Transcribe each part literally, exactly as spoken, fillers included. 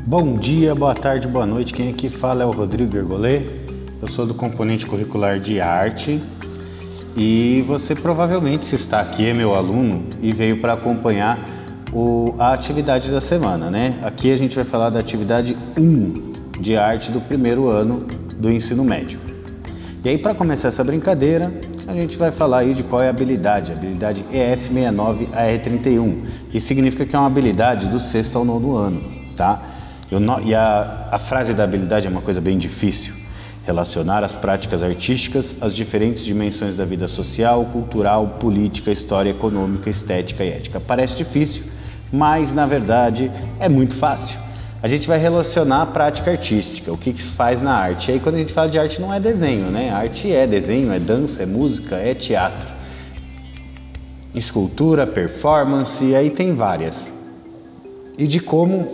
Bom dia, boa tarde, boa noite. Quem aqui fala é o Rodrigo Gergolê. Eu sou do componente curricular de arte e você provavelmente, se está aqui, é meu aluno e veio para acompanhar o, a atividade da semana, né? Aqui a gente vai falar da atividade um de arte do primeiro ano do ensino médio. E aí, para começar essa brincadeira, a gente vai falar aí de qual é a habilidade, a habilidade E F sessenta e nove A R trinta e um. Isso significa que é uma habilidade do sexto ao nono ano, tá? Eu no... E a, a frase da habilidade é uma coisa bem difícil. Relacionar as práticas artísticas às diferentes dimensões da vida social, cultural, política, história, econômica, estética e ética. Parece difícil, mas na verdade é muito fácil. A gente vai relacionar a prática artística, o que que se faz na arte. E aí quando a gente fala de arte não é desenho, né? Arte é desenho, é dança, é música, é teatro, escultura, performance, e aí tem várias. E de como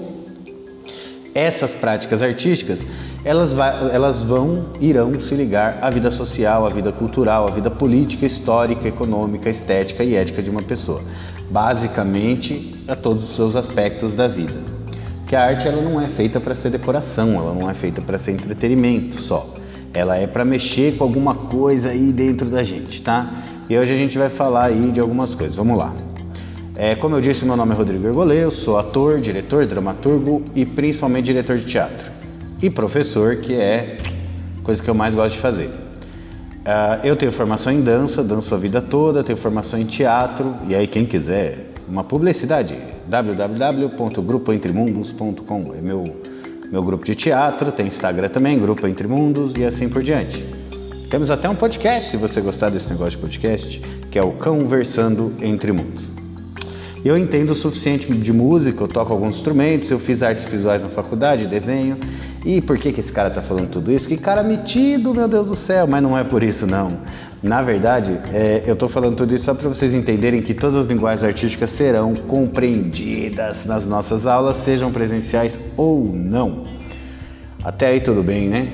essas práticas artísticas, elas, vai, elas vão, irão se ligar à vida social, à vida cultural, à vida política, histórica, econômica, estética e ética de uma pessoa. Basicamente, a todos os seus aspectos da vida. Porque a arte ela não é feita para ser decoração, ela não é feita para ser entretenimento só. Ela é para mexer com alguma coisa aí dentro da gente, tá? E hoje a gente vai falar aí de algumas coisas. Vamos lá. É, como eu disse, meu nome é Rodrigo Gergolê, eu sou ator, diretor, dramaturgo e principalmente diretor de teatro. E professor, que é coisa que eu mais gosto de fazer. Uh, eu tenho formação em dança, danço a vida toda, tenho formação em teatro, e aí quem quiser uma publicidade, w w w ponto grupo entre mundos ponto com, é meu, meu grupo de teatro, tem Instagram também, Grupo Entre Mundos e assim por diante. Temos até um podcast, se você gostar desse negócio de podcast, que é o Conversando Entre Mundos. Eu entendo o suficiente de música, eu toco alguns instrumentos, eu fiz artes visuais na faculdade, desenho. E por que que esse cara tá falando tudo isso? Que cara metido, meu Deus do céu, mas não é por isso não. Na verdade, é, eu tô falando tudo isso só para vocês entenderem que todas as linguagens artísticas serão compreendidas nas nossas aulas, sejam presenciais ou não. Até aí tudo bem, né?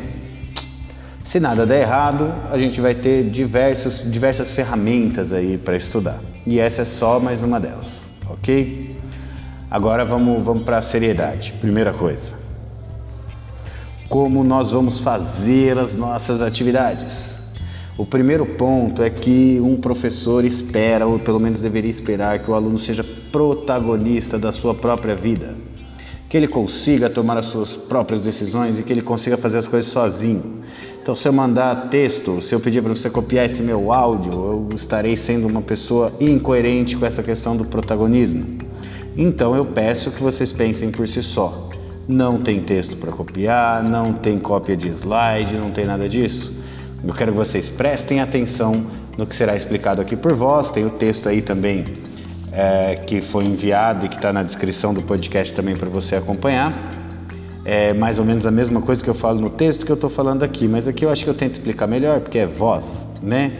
Se nada der errado, a gente vai ter diversos, diversas ferramentas aí para estudar. E essa é só mais uma delas. Ok? Agora vamos, vamos para a seriedade. Primeira coisa, como nós vamos fazer as nossas atividades? O primeiro ponto é que um professor espera, ou pelo menos deveria esperar, que o aluno seja protagonista da sua própria vida, que ele consiga tomar as suas próprias decisões e que ele consiga fazer as coisas sozinho. Então, se eu mandar texto, se eu pedir para você copiar esse meu áudio, eu estarei sendo uma pessoa incoerente com essa questão do protagonismo. Então, eu peço que vocês pensem por si só. Não tem texto para copiar, não tem cópia de slide, não tem nada disso. Eu quero que vocês prestem atenção no que será explicado aqui por vós. Tem o texto aí também é, que foi enviado e que está na descrição do podcast também para você acompanhar. É mais ou menos a mesma coisa que eu falo no texto que eu estou falando aqui, mas aqui eu acho que eu tento explicar melhor, porque é voz, né?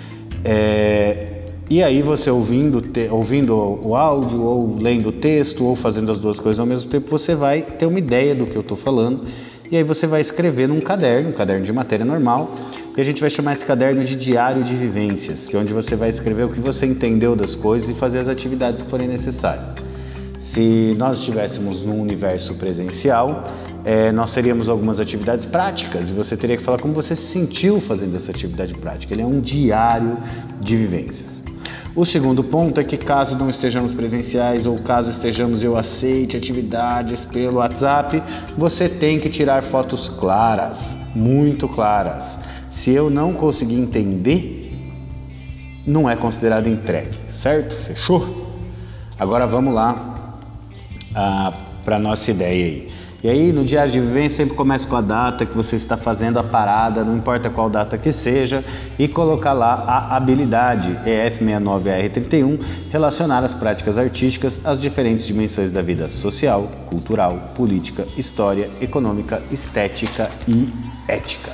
É, e aí você ouvindo, te, ouvindo o áudio, ou lendo o texto, ou fazendo as duas coisas ao mesmo tempo, você vai ter uma ideia do que eu estou falando, e aí você vai escrever num caderno, um caderno de matéria normal, e a gente vai chamar esse caderno de diário de vivências, que é onde você vai escrever o que você entendeu das coisas e fazer as atividades que forem necessárias. Se nós estivéssemos num universo presencial, é, nós teríamos algumas atividades práticas e você teria que falar como você se sentiu fazendo essa atividade prática. Ele é um diário de vivências. O segundo ponto é que caso não estejamos presenciais ou caso estejamos eu aceite atividades pelo WhatsApp, você tem que tirar fotos claras, muito claras. Se eu não conseguir entender, não é considerado entregue, certo? Fechou? Agora vamos lá. Ah, para a nossa ideia aí. E aí no diário de vivência sempre começa com a data que você está fazendo a parada, não importa qual data que seja, e colocar lá a habilidade E F sessenta e nove A R trinta e um, relacionar as práticas artísticas às diferentes dimensões da vida social, cultural, política, história, econômica, estética e ética.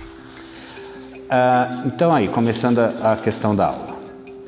Ah, então aí, começando a, a questão da aula.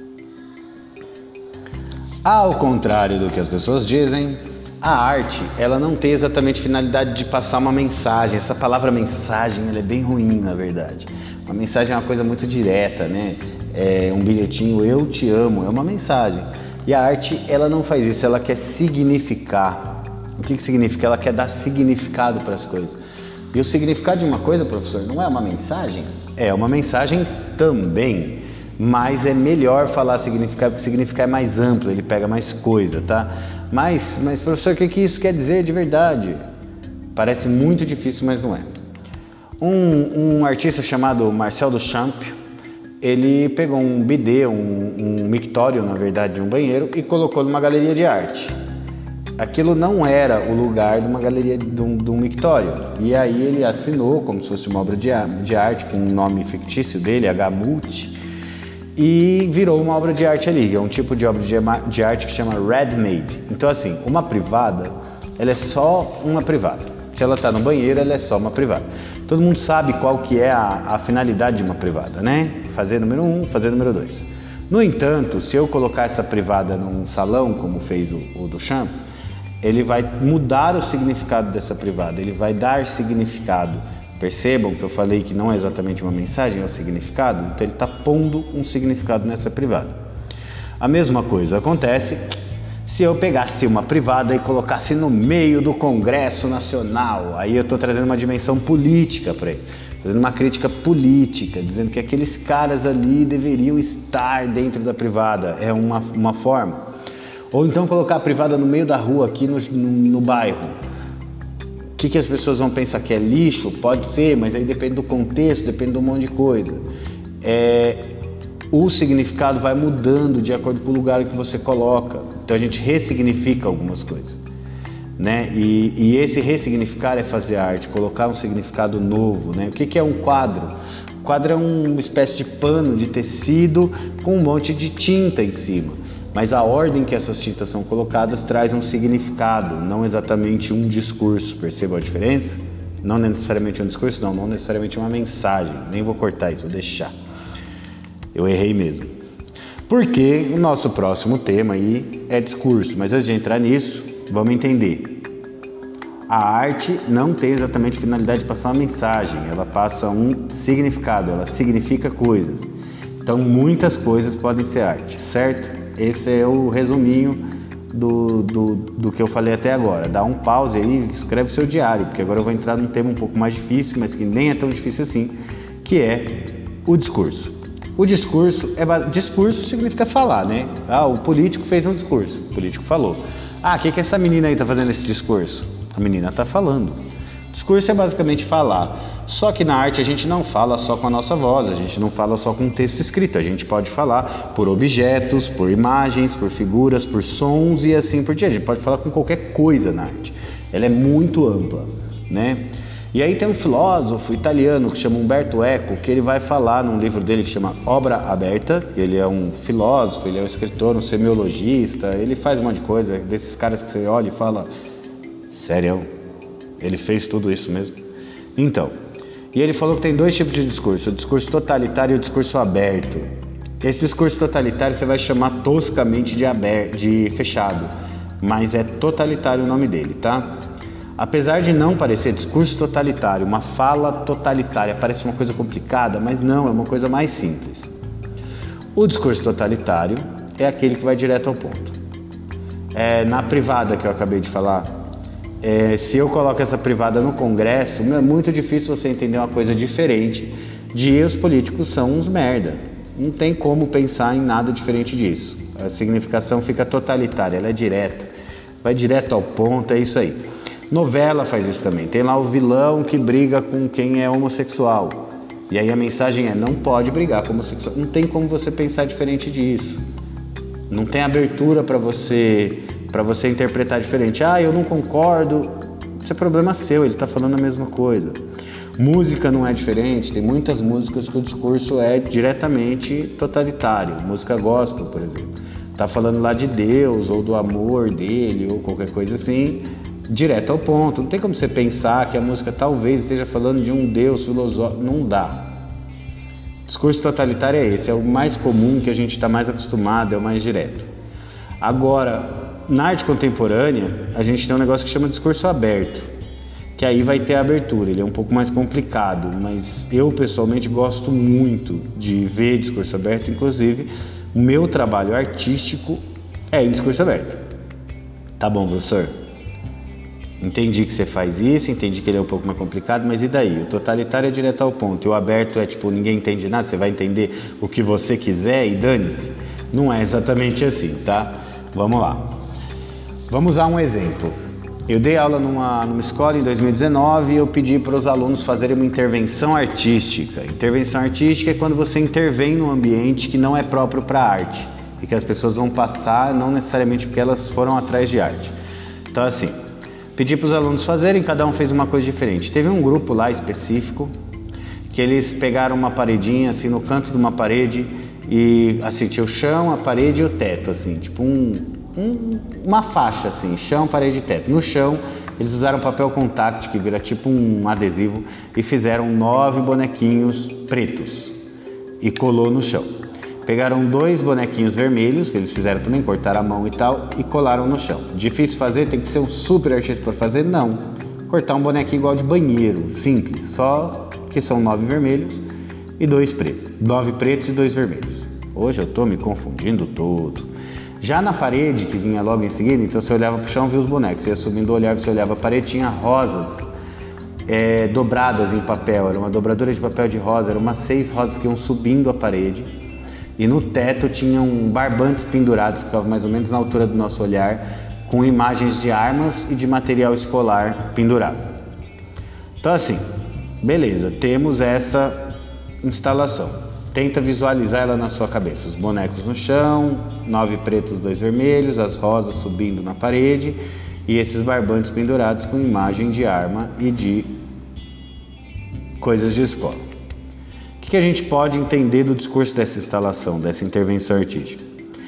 Ao contrário do que as pessoas dizem, a arte, ela não tem exatamente finalidade de passar uma mensagem. Essa palavra mensagem, ela é bem ruim, na verdade. Uma mensagem é uma coisa muito direta, né? É um bilhetinho, eu te amo, é uma mensagem. E a arte, ela não faz isso, ela quer significar. O que, que significa? Ela quer dar significado para as coisas. E o significado de uma coisa, professor, não é uma mensagem? É uma mensagem também, mas é melhor falar significado, porque significar é mais amplo, ele pega mais coisa, tá? Mas, mas professor, o que, que isso quer dizer de verdade? Parece muito difícil, mas não é. Um, um artista chamado Marcel Duchamp, ele pegou um bidê, um, um mictório, na verdade, de um banheiro e colocou numa galeria de arte. Aquilo não era o lugar de uma galeria de um, de um mictório. E aí ele assinou como se fosse uma obra de, de arte com um nome fictício dele, H. Multi, e virou uma obra de arte ali, que é um tipo de obra de, de arte que chama ready-made. Então assim, uma privada, ela é só uma privada. Se ela está no banheiro, ela é só uma privada. Todo mundo sabe qual que é a, a finalidade de uma privada, né? Fazer número um, fazer número dois. No entanto, se eu colocar essa privada num salão, como fez o, o Duchamp, ele vai mudar o significado dessa privada, ele vai dar significado. Percebam que eu falei que não é exatamente uma mensagem, é o significado, então ele está pondo um significado nessa privada. A mesma coisa acontece se eu pegasse uma privada e colocasse no meio do Congresso Nacional. Aí eu estou trazendo uma dimensão política para ele, fazendo uma crítica política, dizendo que aqueles caras ali deveriam estar dentro da privada, é uma, uma forma. Ou então colocar a privada no meio da rua, aqui no, no, no bairro. O que, que as pessoas vão pensar? Que é lixo? Pode ser, mas aí depende do contexto, depende de um monte de coisa. É, o significado vai mudando de acordo com o lugar que você coloca. Então a gente ressignifica algumas coisas, né? E, e esse ressignificar é fazer arte, colocar um significado novo, né? O que, que é um quadro? O quadro é uma espécie de pano de tecido com um monte de tinta em cima. Mas a ordem que essas tintas são colocadas traz um significado, não exatamente um discurso. Perceba a diferença? Não necessariamente um discurso, não, não necessariamente uma mensagem. Nem vou cortar isso, vou deixar. Eu errei mesmo. Porque o nosso próximo tema aí é discurso. Mas antes de entrar nisso, vamos entender. A arte não tem exatamente a finalidade de passar uma mensagem. Ela passa um significado, ela significa coisas. Então muitas coisas podem ser arte, certo? Esse é o resuminho do, do, do que eu falei até agora. Dá um pause aí, escreve seu diário, porque agora eu vou entrar num tema um pouco mais difícil, mas que nem é tão difícil assim, que é o discurso. O discurso, é, discurso significa falar, né? Ah, o político fez um discurso, o político falou. Ah, o que, que essa menina aí tá fazendo esse discurso? A menina tá falando. Discurso é basicamente falar. Só que na arte a gente não fala só com a nossa voz, a gente não fala só com um texto escrito, a gente pode falar por objetos, por imagens, por figuras, por sons e assim por diante. A gente pode falar com qualquer coisa na arte. Ela é muito ampla, né? E aí tem um filósofo italiano que chama Umberto Eco, que ele vai falar num livro dele que chama Obra Aberta, que ele é um filósofo, ele é um escritor, um semiologista, ele faz um monte de coisa, desses caras que você olha e fala, sério, ele fez tudo isso mesmo? Então, e ele falou que tem dois tipos de discurso, o discurso totalitário e o discurso aberto. Esse discurso totalitário você vai chamar toscamente de, aberto, de fechado, mas é totalitário o nome dele, tá? Apesar de não parecer discurso totalitário, uma fala totalitária parece uma coisa complicada, mas não, é uma coisa mais simples. O discurso totalitário é aquele que vai direto ao ponto. É, na privada que eu acabei de falar, é, se eu coloco essa privada no Congresso, é muito difícil você entender uma coisa diferente de os políticos são uns merda. Não tem como pensar em nada diferente disso. A significação fica totalitária, ela é direta, vai direto ao ponto, é isso aí. Novela faz isso também, tem lá o vilão que briga com quem é homossexual, e aí a mensagem é, não pode brigar com homossexual, não tem como você pensar diferente disso, não tem abertura para você, para você interpretar diferente. Ah, eu não concordo, isso é problema seu, ele está falando a mesma coisa. Música não é diferente, tem muitas músicas que o discurso é diretamente totalitário, música gospel, por exemplo, está falando lá de Deus, ou do amor dele, ou qualquer coisa assim, direto ao ponto. Não tem como você pensar que a música talvez esteja falando de um Deus filosófico, não dá. Discurso totalitário é esse, é o mais comum, que a gente está mais acostumado, é o mais direto. Agora, na arte contemporânea, a gente tem um negócio que chama de discurso aberto, que aí vai ter a abertura, ele é um pouco mais complicado, mas eu pessoalmente gosto muito de ver discurso aberto, inclusive o meu trabalho artístico é em discurso aberto. Tá bom, professor? Entendi que você faz isso, entendi que ele é um pouco mais complicado, mas e daí? O totalitário é direto ao ponto, e o aberto é tipo, ninguém entende nada, você vai entender o que você quiser e dane-se. Não é exatamente assim, tá? Vamos lá. Vamos usar um exemplo. Eu dei aula numa, numa escola em dois mil e dezenove e eu pedi para os alunos fazerem uma intervenção artística. Intervenção artística é quando você intervém num ambiente que não é próprio para arte e que as pessoas vão passar, não necessariamente porque elas foram atrás de arte. Então assim, pedi para os alunos fazerem, cada um fez uma coisa diferente. Teve um grupo lá específico que eles pegaram uma paredinha assim no canto de uma parede e assim tinha o chão, a parede e o teto, assim, tipo um, um, uma faixa assim, chão, parede e teto. No chão eles usaram papel contact que vira tipo um adesivo e fizeram nove bonequinhos pretos e colou no chão. Pegaram dois bonequinhos vermelhos, que eles fizeram também, cortaram a mão e tal, e colaram no chão. Difícil fazer? Tem que ser um super artista para fazer? Não. Cortar um bonequinho igual de banheiro, simples, só que são nove vermelhos e dois pretos. Nove pretos e dois vermelhos. Hoje eu tô me confundindo todo. Já na parede, que vinha logo em seguida, então você olhava pro chão e via os bonecos. Você ia subindo o olhar, você olhava a parede, tinha rosas é, dobradas em papel. Era uma dobradura de papel de rosa, eram umas seis rosas que iam subindo a parede. E no teto tinham barbantes pendurados, que ficavam mais ou menos na altura do nosso olhar, com imagens de armas e de material escolar pendurado. Então assim, beleza, temos essa instalação. Tenta visualizar ela na sua cabeça. Os bonecos no chão, nove pretos, dois vermelhos, as rosas subindo na parede e esses barbantes pendurados com imagem de arma e de coisas de escola. O que a gente pode entender do discurso dessa instalação, dessa intervenção artística?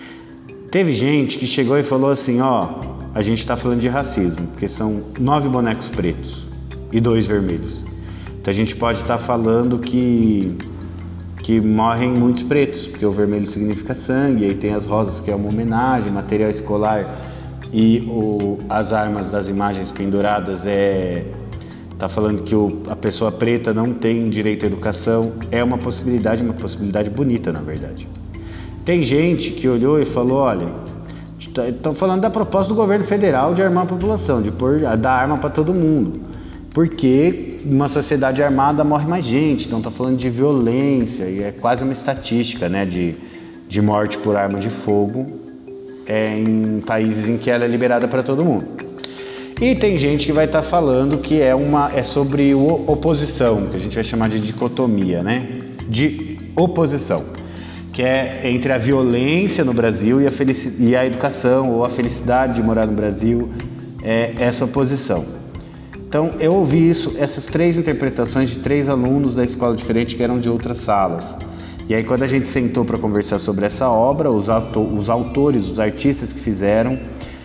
Teve gente que chegou e falou assim, ó, a gente está falando de racismo, porque são nove bonecos pretos e dois vermelhos. Então a gente pode estar tá falando que, que morrem muitos pretos, porque o vermelho significa sangue, e aí tem as rosas que é uma homenagem, material escolar e o, as armas das imagens penduradas é... Está falando que o, a pessoa preta não tem direito à educação. É uma possibilidade, uma possibilidade bonita, na verdade. Tem gente que olhou e falou, olha, estão falando da proposta do governo federal de armar a população, de pôr, dar arma para todo mundo. Porque uma sociedade armada morre mais gente, então está falando de violência, e é quase uma estatística, né, de, de morte por arma de fogo é, em países em que ela é liberada para todo mundo. E tem gente que vai estar tá falando que é, uma, é sobre o, oposição, que a gente vai chamar de dicotomia, né? De oposição, que é entre a violência no Brasil e a, felici- e a educação, ou a felicidade de morar no Brasil, é essa oposição. Então eu ouvi isso, essas três interpretações de três alunos da escola diferente que eram de outras salas. E aí quando a gente sentou para conversar sobre essa obra, os, auto- os autores, os artistas que fizeram,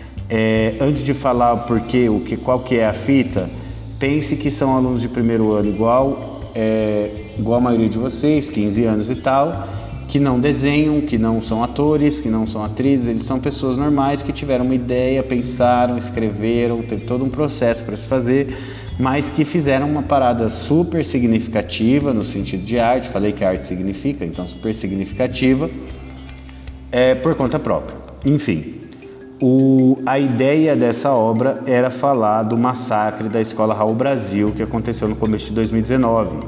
É, antes de falar o porquê, o que, qual que é a fita, pense que são alunos de primeiro ano igual, é, igual a maioria de vocês, quinze anos e tal, que não desenham, que não são atores, que não são atrizes, eles são pessoas normais que tiveram uma ideia, pensaram, escreveram, teve todo um processo para se fazer, mas que fizeram uma parada super significativa no sentido de arte, falei que a arte significa, então super significativa, é, por conta própria. Enfim. O, a ideia dessa obra era falar do massacre da Escola Raul Brasil, que aconteceu no começo de dois mil e dezenove,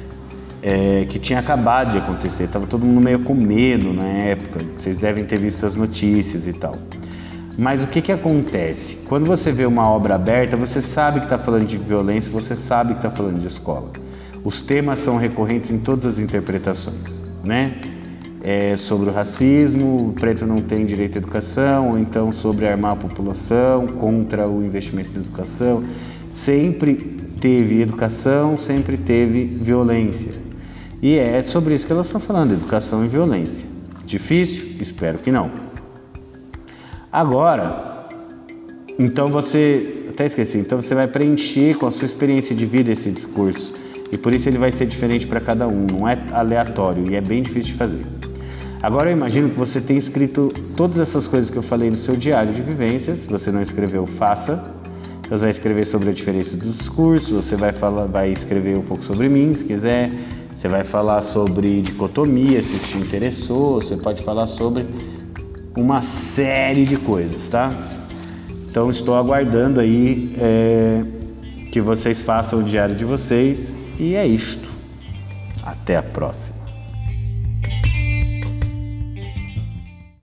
é, que tinha acabado de acontecer, estava todo mundo meio com medo na época, vocês devem ter visto as notícias e tal. Mas o que que acontece? Quando você vê uma obra aberta, você sabe que está falando de violência, você sabe que está falando de escola. Os temas são recorrentes em todas as interpretações, né? É sobre o racismo, o preto não tem direito à educação, ou então sobre armar a população, contra o investimento na educação. Sempre teve educação, sempre teve violência. E é sobre isso que elas estão falando, educação e violência. Difícil? Espero que não. Agora, então você, até esqueci, então você vai preencher com a sua experiência de vida esse discurso. E por isso ele vai ser diferente para cada um, não é aleatório e é bem difícil de fazer. Agora eu imagino que você tenha escrito todas essas coisas que eu falei no seu diário de vivências. Se você não escreveu, faça. Você vai escrever sobre a diferença dos discursos, você vai, falar, vai escrever um pouco sobre mim, se quiser. Você vai falar sobre dicotomia, se te interessou. Você pode falar sobre uma série de coisas, tá? Então estou aguardando aí é, que vocês façam o diário de vocês, e é isto. Até a próxima.